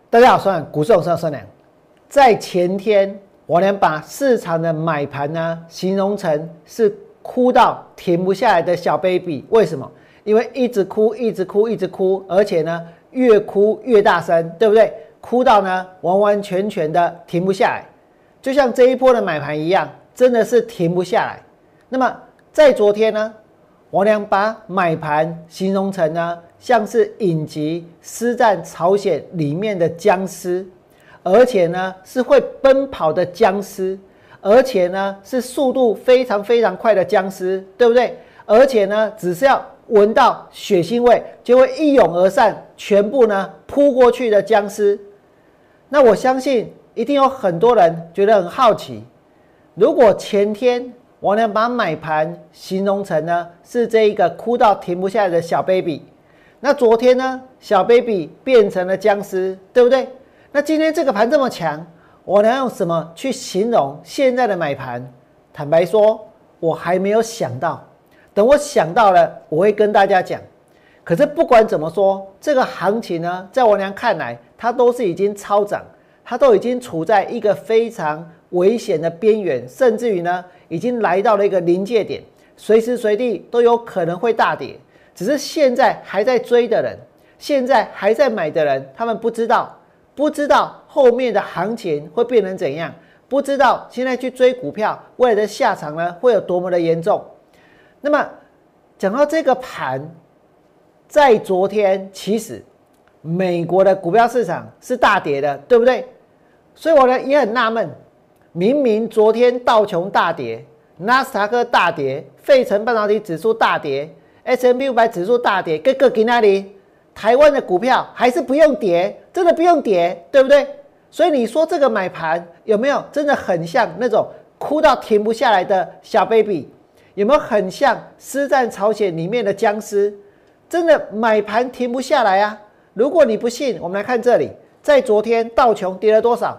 大家好，我是股市永胜孙良。在前天，我俩把市场的买盘呢形容成是哭到停不下来的小 baby。为什么？因为一直哭，一直哭，一直哭，而且呢越哭越大声，对不对？哭到呢完完全全的停不下来，就像这一波的买盘一样，真的是停不下来。那么在昨天呢，我俩把买盘形容成呢像是影集《师战朝鲜》里面的僵尸，而且呢是会奔跑的僵尸，而且呢是速度非常非常快的僵尸，对不对？而且呢只是要闻到血腥味就会一涌而散，全部呢扑过去的僵尸。那我相信一定有很多人觉得很好奇，如果前天我能把买盘形容成呢是这一个哭到停不下来的小 baby， 那昨天呢小 baby 变成了僵尸，对不对？那今天这个盘这么强，我能用什么去形容现在的买盘？坦白说，我还没有想到，等我想到了我会跟大家讲。可是不管怎么说，这个行情呢在我娘看来它都是已经超涨，它都已经处在一个非常危险的边缘，甚至于呢已经来到了一个临界点，随时随地都有可能会大跌。只是现在还在追的人，现在还在买的人，他们不知道后面的行情会变成怎样，不知道现在去追股票未来的下场呢会有多么的严重。那么讲到这个盘，在昨天其实美国的股票市场是大跌的，对不对？所以我呢也很纳闷，明明昨天道琼大跌，纳斯达克大跌，费城半导体指数大跌， S&P 500指数大跌，各个在哪里？台湾的股票还是不用跌，真的不用跌，对不对？所以你说这个买盘有没有真的很像那种哭到停不下来的小 baby？ 有没有很像《师战朝鲜》里面的僵尸？真的买盘停不下来啊！如果你不信，我们来看这里，在昨天道琼跌了多少？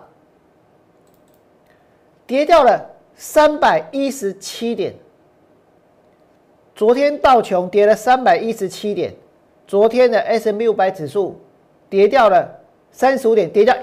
跌掉了317点。昨天道琼跌了317点，昨天的 S&P 500指数跌掉了35点，跌掉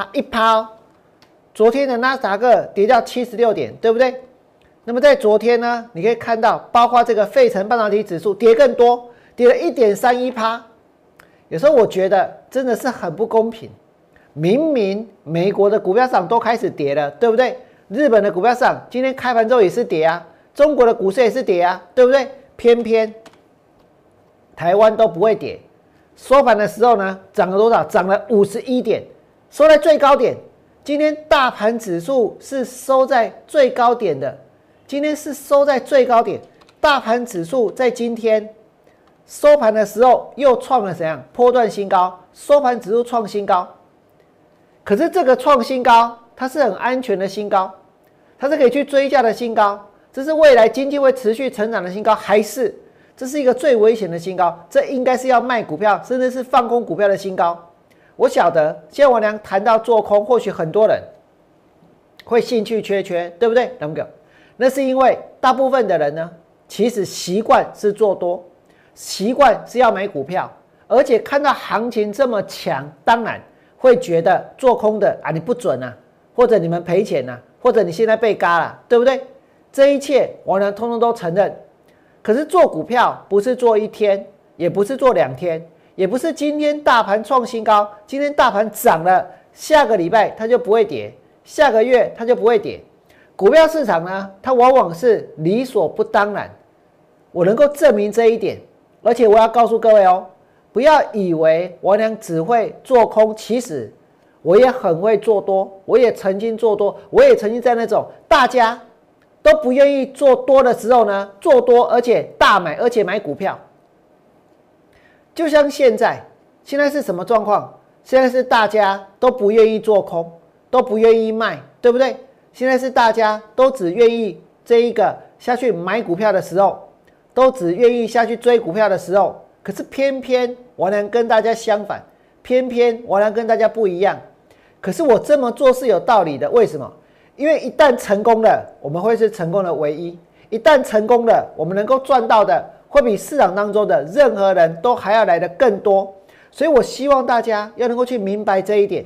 1%哦。昨天的纳斯达克跌掉76点，对不对？那么在昨天呢，你可以看到，包括这个费城半导体指数跌更多，跌了1.31%。有时候我觉得真的是很不公平，明明美国的股票市场都开始跌了，对不对？日本的股票市场今天开盘之后也是跌啊，中国的股市也是跌啊，对不对？偏偏台湾都不会跌，收盘的时候呢，涨了多少？涨了51点，收在最高点。今天大盘指数是收在最高点的，今天是收在最高点。大盘指数在今天收盘的时候又创了怎样？波段新高，收盘指数创新高。可是这个创新高，它是很安全的新高，它是可以去追价的新高，这是未来经济会持续成长的新高，还是这是一个最危险的新高？这应该是要卖股票，甚至是放空股票的新高。我晓得，现在我俩谈到做空，或许很多人会兴趣缺缺，对不对？那是因为大部分的人呢，其实习惯是做多，习惯是要买股票，而且看到行情这么强，当然会觉得做空的啊你不准啊，或者你们赔钱啊，或者你现在被嘎了，对不对？这一切我呢通通都承认。可是做股票不是做一天，也不是做2天，也不是今天大盘创新高，今天大盘涨了，下个礼拜它就不会跌，下个月它就不会跌。股票市场呢，它往往是理所不当然。我能够证明这一点，而且我要告诉各位哦，不要以为我俩只会做空，其实我也很会做多，我也曾经做多，我也曾经在那种大家都不愿意做多的时候呢，做多，而且大买，而且买股票。就像现在是什么状况？现在是大家都不愿意做空，都不愿意卖，对不对？现在是大家都只愿意这一个下去买股票的时候，都只愿意下去追股票的时候，可是偏偏我能跟大家相反，偏偏我能跟大家不一样。可是我这么做是有道理的，为什么？因为一旦成功了，我们会是成功的唯一；一旦成功了，我们能够赚到的会比市场当中的任何人都还要来得更多。所以我希望大家要能够去明白这一点。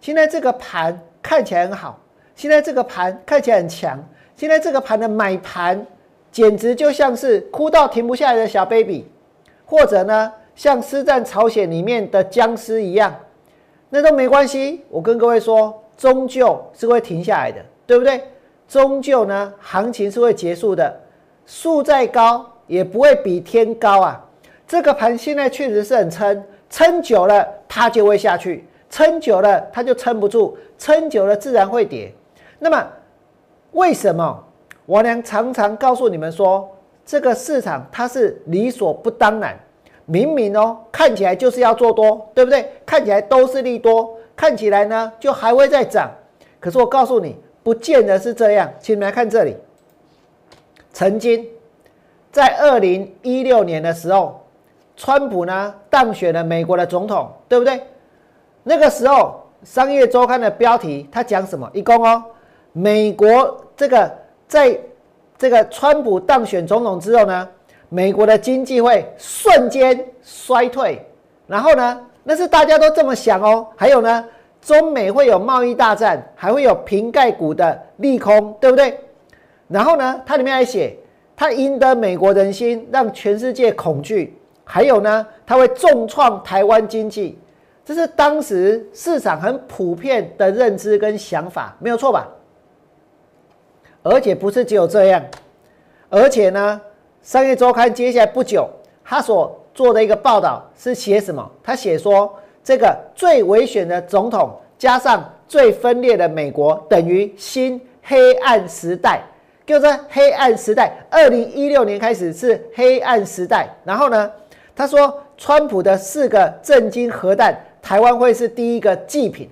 现在这个盘看起来很好，现在这个盘看起来很强，现在这个盘的买盘简直就像是哭到停不下来的小 baby， 或者呢像《师战朝鲜》里面的僵尸一样，那都没关系。我跟各位说，终究是会停下来的，对不对？终究呢，行情是会结束的。树再高也不会比天高啊！这个盘现在确实是很撑，撑久了它就会下去，撑久了它就撑不住，撑久了自然会跌。那么为什么我娘常常告诉你们说，这个市场它是理所不当然？明明看起来就是要做多，对不对？看起来都是利多，看起来呢就还会再涨。可是我告诉你，不见得是这样。请你们来看这里，曾经在2016年的时候，川普呢当选了美国的总统，对不对？那个时候商业周刊的标题他讲什么？一共美国在这个川普当选总统之后呢，美国的经济会瞬间衰退，然后呢，那是大家都这么想还有呢，中美会有贸易大战，还会有瓶盖股的利空，对不对？然后呢，它里面还写，它赢得美国人心，让全世界恐惧，还有呢，它会重创台湾经济，这是当时市场很普遍的认知跟想法，没有错吧？而且不是只有这样，而且呢，商业周刊接下来不久，他所做的一个报道是写什么？他写说，这个最危险的总统加上最分裂的美国等于新黑暗时代，就是黑暗时代。2016年开始是黑暗时代。然后呢，他说川普的4个震惊核弹，台湾会是第一个祭品。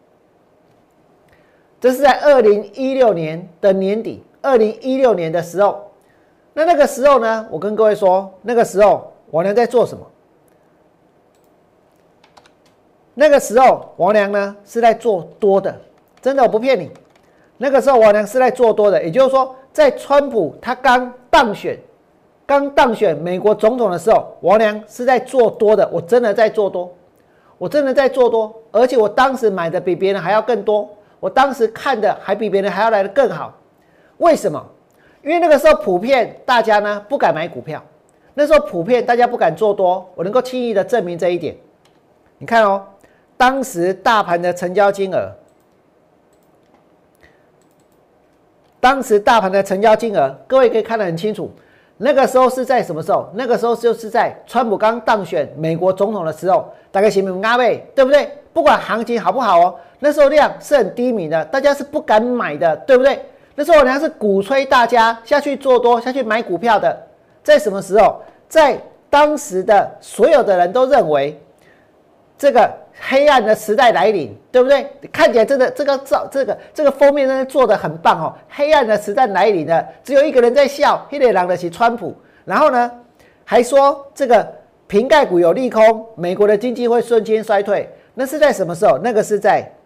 这是在2016年的年底，2016年的时候。那个时候呢，我跟各位说，那个时候王良在做什么？那个时候王良呢是在做多的，真的我不骗你。那个时候王良是在做多的，也就是说，在川普他刚当选美国总统的时候，王良是在做多的。我真的在做多，我真的在做多，而且我当时买的比别人还要更多，我当时看的还比别人还要来得更好。为什么？因为那个时候普遍大家呢不敢买股票，那时候普遍大家不敢做多，我能够轻易的证明这一点。你看当时大盘的成交金额，各位可以看得很清楚。那个时候是在什么时候？那个时候就是在川普刚当选美国总统的时候，大概前面8倍，对不对？不管行情好不好那时候量是很低迷的，大家是不敢买的，对不对？那时候我娘是鼓吹大家下去做多，下去买股票的。在什么时候？在当时的所有的人都认为这个黑暗的时代来临，对不对？看起来真的这个封面真的做得很棒黑暗的时代来临了，只有一个人在笑，那个人就是川普。然后呢，还说这个瓶盖股有利空，美国的经济会瞬间衰退。那是在什么时候？那个是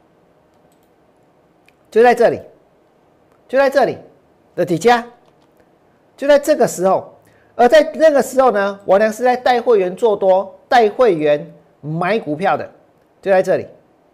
就在这里的底价，就在这个时候。而在那个时候呢，我娘是在带会员做多，带会员买股票的，就在这里。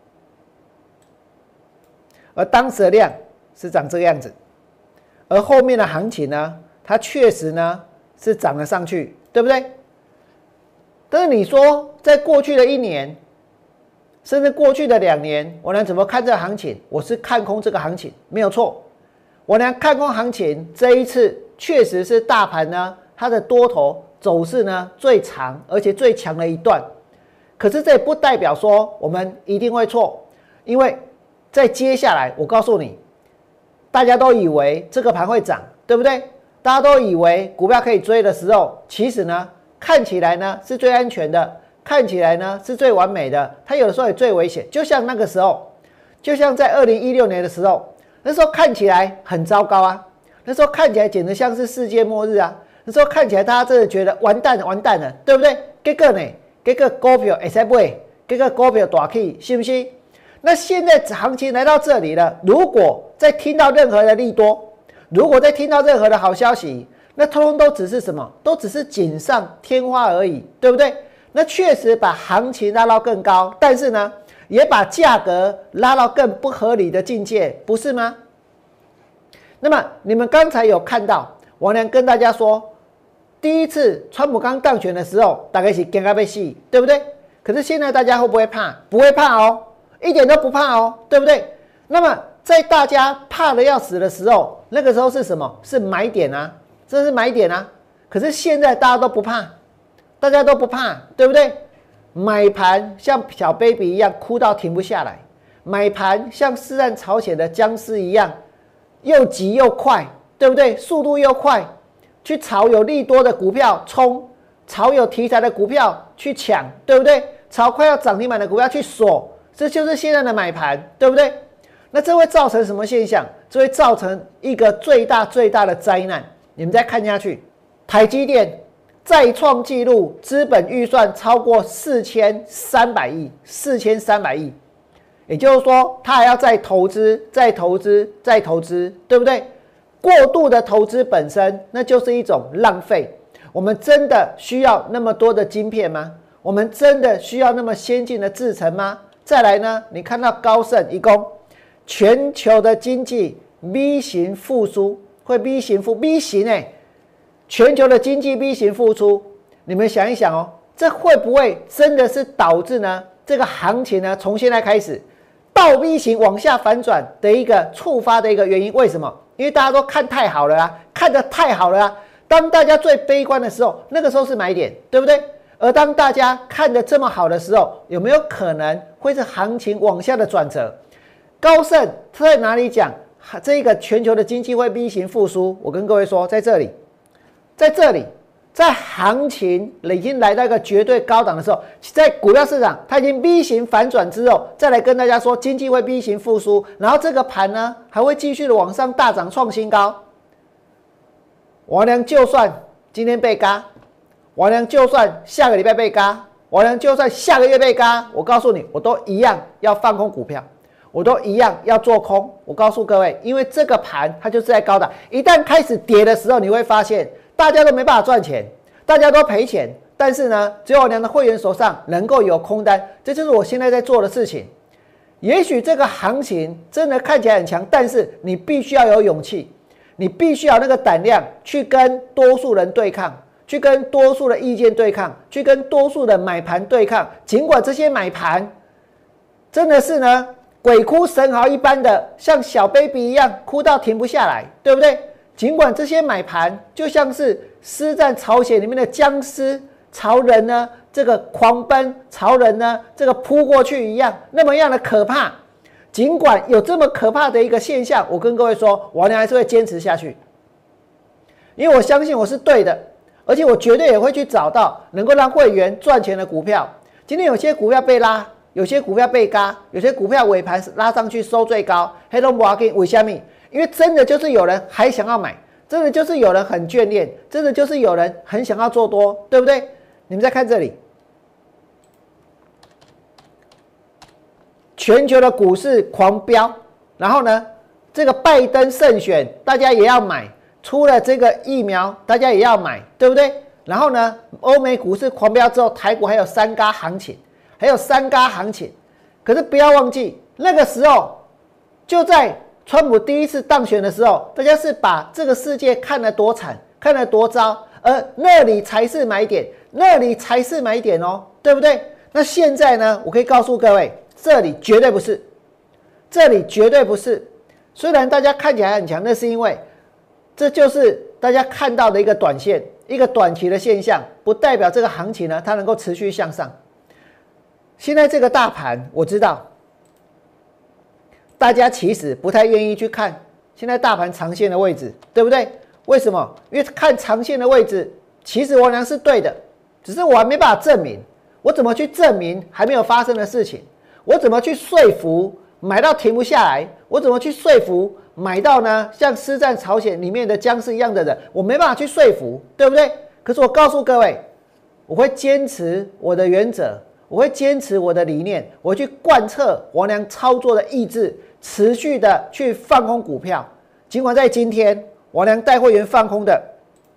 而当时的量是长这个样子，而后面的行情呢，它确实呢是涨了上去，对不对？但是你说，在过去的1年，甚至过去的2年，我娘怎么看这个行情？我是看空这个行情，没有错。我娘看空行情，这一次确实是大盘呢，它的多头走势呢最长而且最强的一段。可是这也不代表说我们一定会错，因为在接下来，我告诉你，大家都以为这个盘会涨，对不对？大家都以为股票可以追的时候，其实呢，看起来呢是最安全的，看起来呢是最完美的，它有的时候也最危险。就像那个时候，就像在2016年的时候，那时候看起来很糟糕啊，那时候看起来简直像是世界末日啊，那时候看起来大家真的觉得完蛋了，对不对？结果呢，这个股票会买，这个股票大起，是不是？那现在行情来到这里了，如果再听到任何的利多，如果再听到任何的好消息，那通通都只是什么？都只是锦上添花而已，对不对？那确实把行情拉到更高，但是呢， 也把价格拉到更不合理的境界，不是吗？那么你们刚才有看到王良跟大家说，第一次川普刚当选的时候，大概是惊到要死，对不对？可是现在大家会不会怕？不会怕哦，一点都不怕哦，对不对？那么在大家怕的要死的时候，那个时候是什么？是买点啊，这是买点啊。可是现在大家都不怕，大家都不怕，对不对？买盘像小 baby 一样哭到停不下来，买盘像施战朝鲜的僵尸一样，又急又快，对不对？速度又快，去炒有利多的股票冲，炒有题材的股票去抢，对不对？炒快要涨停板的股票去锁，这就是现在的买盘，对不对？那这会造成什么现象？这会造成一个最大的灾难。你们再看下去，台积电再创纪录，资本预算超过4300亿，4300亿，也就是说，它还要再投资，再投资，再投资，对不对？过度的投资本身，那就是一种浪费。我们真的需要那么多的晶片吗？我们真的需要那么先进的制程吗？再来呢，你看到高盛一共全球的经济 V 型复苏，会 V 型全球的经济 V 型复苏，你们想一想哦，这会不会真的是导致呢这个行情呢从现在开始倒 V 型往下反转的一个触发的一个原因？为什么？因为大家都看太好了啊，看得太好了啊。当大家最悲观的时候，那个时候是买点，对不对？而当大家看得这么好的时候，有没有可能会是行情往下的转折？高盛他在哪里讲这个全球的经济会 V 型复苏？我跟各位说，在这里，在行情已经来到一个绝对高档的时候，在股票市场它已经 V 型反转之后，再来跟大家说经济会 V 型复苏，然后这个盘呢还会继续的往上大涨创新高。王良就算今天被嘎，王良就算下个礼拜被嘎，王良就算下个月被嘎，我告诉你，我都一样要放空股票，我都一样要做空。我告诉各位，因为这个盘它就是在高档，一旦开始跌的时候，你会发现大家都没办法赚钱，大家都赔钱，但是呢，只有我娘的会员手上能够有空单，这就是我现在在做的事情。也许这个行情真的看起来很强，但是你必须要有勇气，你必须要有那个胆量去跟多数人对抗，去跟多数的意见对抗，去跟多数的买盘对抗。尽管这些买盘真的是呢鬼哭神嚎一般的，像小 baby 一样哭到停不下来，对不对？尽管这些买盘就像是师战朝鲜里面的僵尸朝人呢这个狂奔，朝人呢这个扑过去一样，那么样的可怕。尽管有这么可怕的一个现象，我跟各位说，我还是会坚持下去，因为我相信我是对的，而且我绝对也会去找到能够让会员赚钱的股票。今天有些股票被拉，有些股票被嘎，有些股票尾盘拉上去收最高，黑龙江为什么？因为真的就是有人还想要买，真的就是有人很眷恋，真的就是有人很想要做多，对不对？你们再看这里，全球的股市狂飙，然后呢，这个拜登胜选，大家也要买，出了这个疫苗，大家也要买，对不对？然后呢，欧美股市狂飙之后，台股还有三嘎行情，可是不要忘记，那个时候就在川普第一次当选的时候，大家是把这个世界看得多惨，看得多糟，而那里才是买点，哦，对不对？那现在呢，我可以告诉各位，这里绝对不是，虽然大家看起来很强，那是因为这就是大家看到的一个短线，一个短期的现象，不代表这个行情呢它能够持续向上。现在这个大盘，我知道大家其实不太愿意去看现在大盘长线的位置，对不对？为什么？因为看长线的位置，其实我娘是对的，只是我还没办法证明。我怎么去证明还没有发生的事情？我怎么去说服买到停不下来？我怎么去说服买到呢像师战朝鲜里面的僵尸一样的人？我没办法去说服，对不对？可是我告诉各位，我会坚持我的原则，我会坚持我的理念，我会去贯彻我娘操作的意志，持续的去放空股票。尽管在今天我娘带会员放空的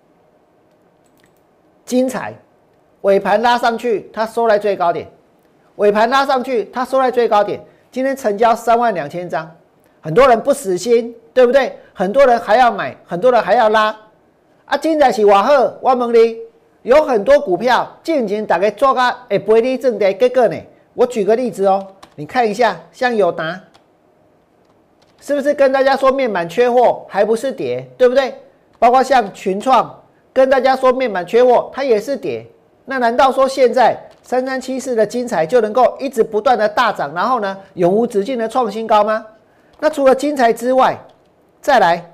精彩，尾盘拉上去，它收在最高点。 尾盘拉上去，它收在最高点，今天成交32000张，很多人不死心，对不对？很多人还要买，很多人还要拉。啊，现在是外好，我问你，有很多股票近前大概做个会赔你正跌，结果呢？我举个例子哦，你看一下，像友达，是不是跟大家说面板缺货，还不是跌，对不对？包括像群创，跟大家说面板缺货，它也是跌。那难道说现在3374的精彩就能够一直不断的大涨，然后呢永无止境的创新高吗？那除了精彩之外，再来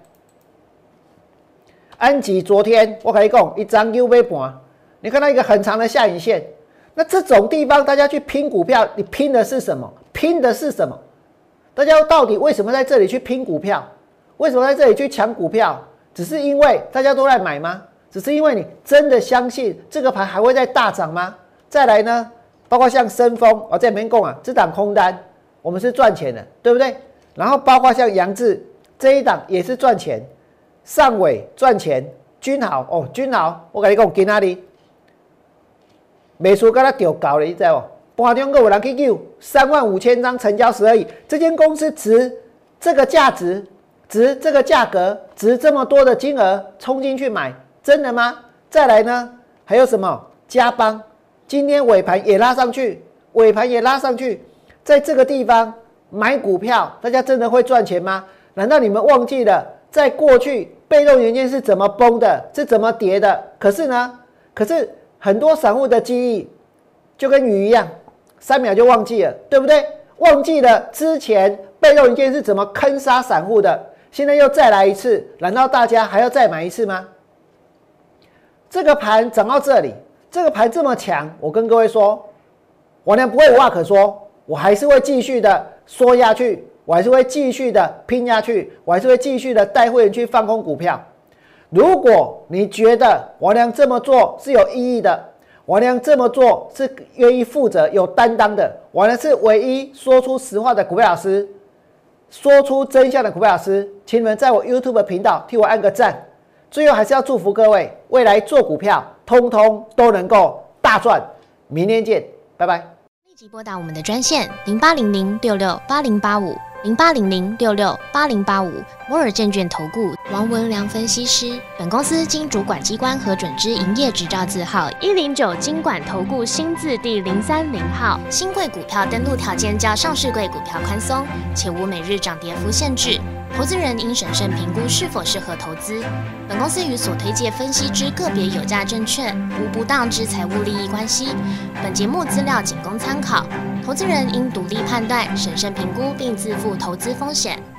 安吉，昨天我跟你讲，一张 U 尾盘，你看到一个很长的下影线。那这种地方大家去拼股票，你拼的是什么？拼的是什么？大家到底为什么在这里去拼股票？为什么在这里去抢股票？只是因为大家都在买吗？只是因为你真的相信这个盘还会再大涨吗？再来呢，包括像深丰，我这边讲啊，这档空单我们是赚钱的，对不对？然后包括像扬智这一档也是赚钱，上尾赚钱，君豪哦，君豪我跟你讲，今仔日卖出跟他丢高了，你知道不？盘中还有人去救35000张，成交12亿，这间公司值这个价值，值这个价格，值这么多的金额冲进去买，真的吗？再来呢，还有什么嘉邦？今天尾盘也拉上去，尾盘也拉上去，在这个地方买股票，大家真的会赚钱吗？难道你们忘记了，在过去被动元件是怎么崩的，是怎么跌的？可是很多散户的记忆就跟鱼一样，3秒就忘记了，对不对？忘记了之前被动元件是怎么坑杀散户的，现在又再来一次，难道大家还要再买一次吗？这个盘涨到这里，这个盘这么强，我跟各位说，王良不会无话可说，我还是会继续的说下去，我还是会继续的拼下去，我还是会继续的带会员去放空股票。如果你觉得王良这么做是有意义的，王良这么做是愿意负责、有担当的，王良是唯一说出实话的股票老师，说出真相的股票老师，请你们在我 YouTube 频道替我按个赞。最后还是要祝福各位未来做股票，通通都能够大赚。明天见，拜拜。 立即拨打我们的专线0800668085，0800668085，摩尔证券投顾王文良分析师。本公司经主管机关核准之营业执照字号109金管投顾新字第030号。新贵股票登录条件较上市贵股票宽松，且无每日涨跌幅限制。投资人应审慎评估是否适合投资。本公司与所推介分析之个别有价证券无不当之财务利益关系。本节目资料仅供参考，投资人应独立判断、审慎评估并自负投资风险。